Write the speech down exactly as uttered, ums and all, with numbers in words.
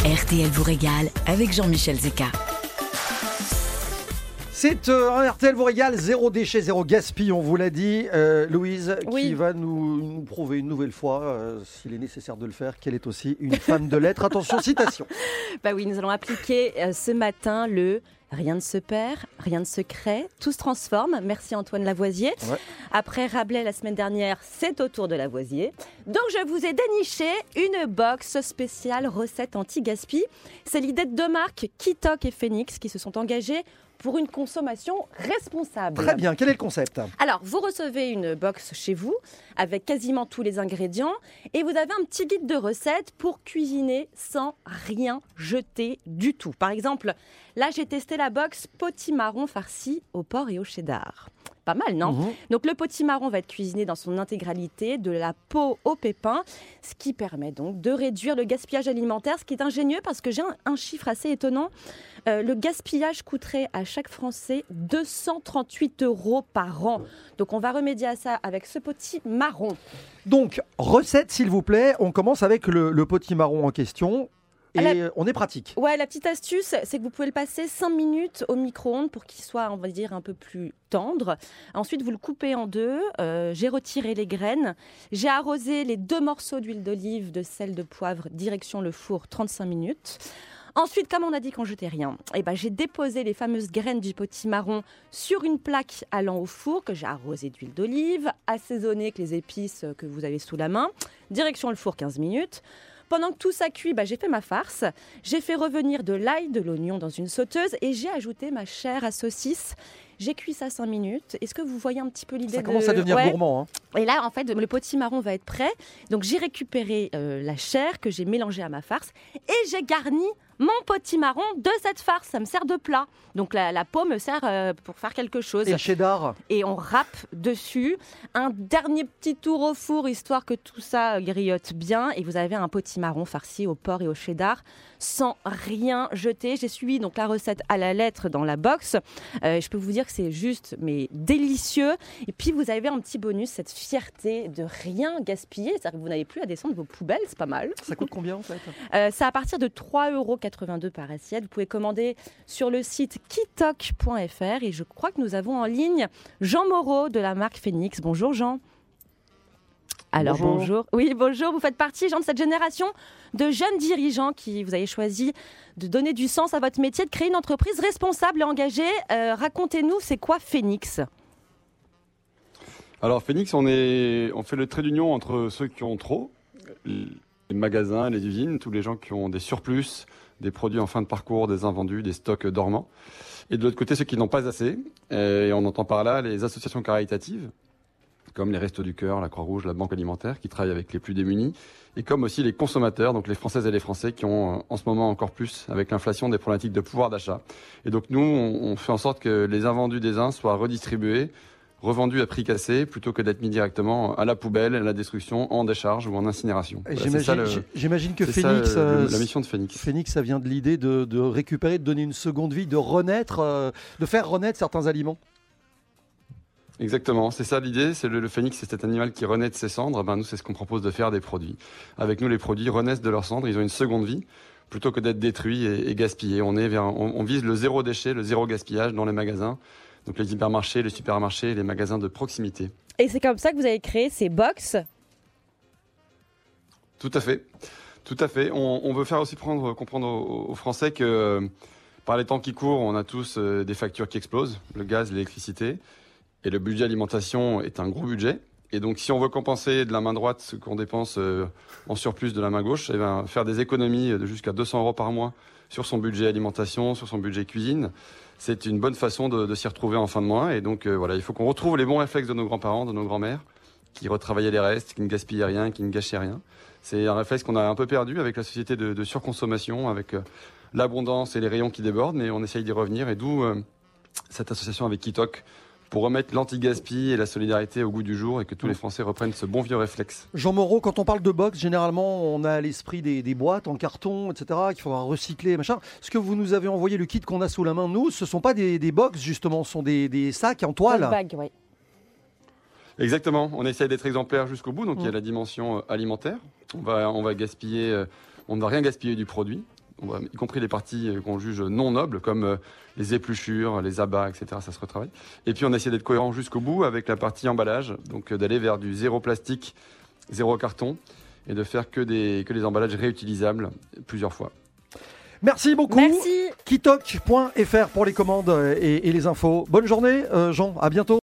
R T L vous régale avec Jean-Michel Zeka. C'est euh, un R T L vous régale, zéro déchet, zéro gaspille, on vous l'a dit. Euh, Louise, oui. qui va nous, nous prouver une nouvelle fois, euh, s'il est nécessaire de le faire, qu'elle est aussi une femme de lettres. Attention, citation. Bah oui, nous allons appliquer euh, ce matin le « Rien ne se perd, rien ne se crée, tout se transforme ». Merci Antoine Lavoisier. Ouais. Après Rabelais la semaine dernière, c'est au tour de Lavoisier. Donc je vous ai déniché une box spéciale recette anti-gaspi. C'est l'idée de deux marques, Kitok et Phoenix, qui se sont engagées pour une consommation responsable. Très bien, quel est le concept ? Alors, vous recevez une box chez vous avec quasiment tous les ingrédients et vous avez un petit guide de recettes pour cuisiner sans rien jeter du tout. Par exemple, là, j'ai testé la box potimarron farci au porc et au cheddar. Pas mal, non ? Mmh. Donc, le potimarron va être cuisiné dans son intégralité, de la peau au pépin, ce qui permet donc de réduire le gaspillage alimentaire, ce qui est ingénieux parce que j'ai un, un chiffre assez étonnant. Euh, le gaspillage coûterait à chaque Français deux cent trente-huit euros par an. Donc, on va remédier à ça avec ce potimarron. Donc, recette, s'il vous plaît. On commence avec le, le potimarron en question. Et La... on est pratique. Ouais, la petite astuce, c'est que vous pouvez le passer cinq minutes au micro-ondes pour qu'il soit, on va dire, un peu plus tendre. Ensuite, vous le coupez en deux. Euh, j'ai retiré les graines. J'ai arrosé les deux morceaux d'huile d'olive, de sel, de poivre, direction le four, trente-cinq minutes. Ensuite, comme on a dit qu'on jetait rien, eh ben, j'ai déposé les fameuses graines du potimarron sur une plaque allant au four que j'ai arrosée d'huile d'olive, assaisonnée avec les épices que vous avez sous la main. Direction le four, quinze minutes. Pendant que tout ça cuit, bah, j'ai fait ma farce. J'ai fait revenir de l'ail, de l'oignon dans une sauteuse et j'ai ajouté ma chair à saucisse. J'ai cuit ça cinq minutes. Est-ce que vous voyez un petit peu l'idée de... Ça commence à devenir ouais. gourmand. Hein. Et là, en fait, le potimarron va être prêt. Donc, j'ai récupéré euh, la chair que j'ai mélangée à ma farce et j'ai garni mon potimarron de cette farce. Ça me sert de plat. Donc, la, la peau me sert euh, pour faire quelque chose. Et le cheddar ? Et on râpe dessus. Un dernier petit tour au four, histoire que tout ça griotte bien. Et vous avez un potimarron farci au porc et au cheddar sans rien jeter. J'ai suivi donc la recette à la lettre dans la box. Euh, je peux vous dire que c'est juste, mais délicieux. Et puis, vous avez un petit bonus, cette fierté de rien gaspiller. C'est-à-dire que vous n'avez plus à descendre vos poubelles. C'est pas mal. Ça coûte combien, en fait ? euh, C'est à partir de trois euros quatre-vingt-deux par assiette. Vous pouvez commander sur le site kitok point f r. Et je crois que nous avons en ligne Jean Moreau de la marque Phoenix. Bonjour, Jean. Alors bonjour. bonjour. Oui, bonjour. Vous faites partie, Jean, de cette génération de jeunes dirigeants qui vous avez choisi de donner du sens à votre métier, de créer une entreprise responsable et engagée. Euh, racontez-nous, c'est quoi Phoenix ? Alors Phoenix, on, est, on fait le trait d'union entre ceux qui ont trop, les magasins, les usines, tous les gens qui ont des surplus, des produits en fin de parcours, des invendus, des stocks dormants. Et de l'autre côté, ceux qui n'ont pas assez. Et on entend par là les associations caritatives, comme les Restos du Cœur, la Croix-Rouge, la Banque Alimentaire, qui travaillent avec les plus démunis, et comme aussi les consommateurs, donc les Françaises et les Français, qui ont en ce moment encore plus, avec l'inflation, des problématiques de pouvoir d'achat. Et donc nous, on fait en sorte que les invendus des uns soient redistribués, revendus à prix cassé, plutôt que d'être mis directement à la poubelle, à la destruction, en décharge ou en incinération. Voilà, j'imagine, ça le, j'imagine que c'est Phoenix... ça, euh, la mission de Phoenix. Phoenix, ça vient de l'idée de, de récupérer, de donner une seconde vie, de renaître, euh, de faire renaître certains aliments. Exactement, c'est ça l'idée. C'est le, le phénix, c'est cet animal qui renaît de ses cendres. Ben, nous, c'est ce qu'on propose de faire des produits. Avec nous, les produits renaissent de leurs cendres. Ils ont une seconde vie plutôt que d'être détruits et, et gaspillés. On est vers, on, on vise le zéro déchet, le zéro gaspillage dans les magasins. Donc les hypermarchés, les supermarchés, les magasins de proximité. Et c'est comme ça que vous avez créé ces box ? Tout à fait, tout à fait. On, on veut faire aussi prendre, comprendre aux, aux Français que euh, par les temps qui courent, on a tous euh, des factures qui explosent, le gaz, l'électricité. Et le budget alimentation est un gros budget. Et donc, si on veut compenser de la main droite ce qu'on dépense euh, en surplus de la main gauche, eh ben, faire des économies de jusqu'à deux cents euros par mois sur son budget alimentation, sur son budget cuisine, c'est une bonne façon de, de s'y retrouver en fin de mois. Et donc, euh, voilà, il faut qu'on retrouve les bons réflexes de nos grands-parents, de nos grands-mères, qui retravaillaient les restes, qui ne gaspillaient rien, qui ne gâchaient rien. C'est un réflexe qu'on a un peu perdu avec la société de, de surconsommation, avec euh, l'abondance et les rayons qui débordent, mais on essaye d'y revenir. Et d'où euh, cette association avec Kitok, pour remettre l'anti-gaspi et la solidarité au goût du jour et que tous les Français reprennent ce bon vieux réflexe. Jean Moreau, quand on parle de box, généralement, on a à l'esprit des, des boîtes en carton, et cetera, qu'il faudra recycler, machin. Ce que vous nous avez envoyé, le kit qu'on a sous la main, nous, ce ne sont pas des, des box, justement, ce sont des, des sacs en toile. Bag, ouais. Exactement, on essaye d'être exemplaire jusqu'au bout, donc mmh. il y a la dimension alimentaire. On va, on va gaspiller, on ne va rien gaspiller du produit. on va, y compris les parties qu'on juge non nobles, comme euh, les épluchures, les abats, et cetera. Ça se retravaille. Et puis on a essayé d'être cohérent jusqu'au bout avec la partie emballage, donc euh, d'aller vers du zéro plastique, zéro carton, et de faire que des, que des emballages réutilisables plusieurs fois. Merci beaucoup. Merci. Kitoc point f r pour les commandes et, et les infos. Bonne journée, euh, Jean. À bientôt.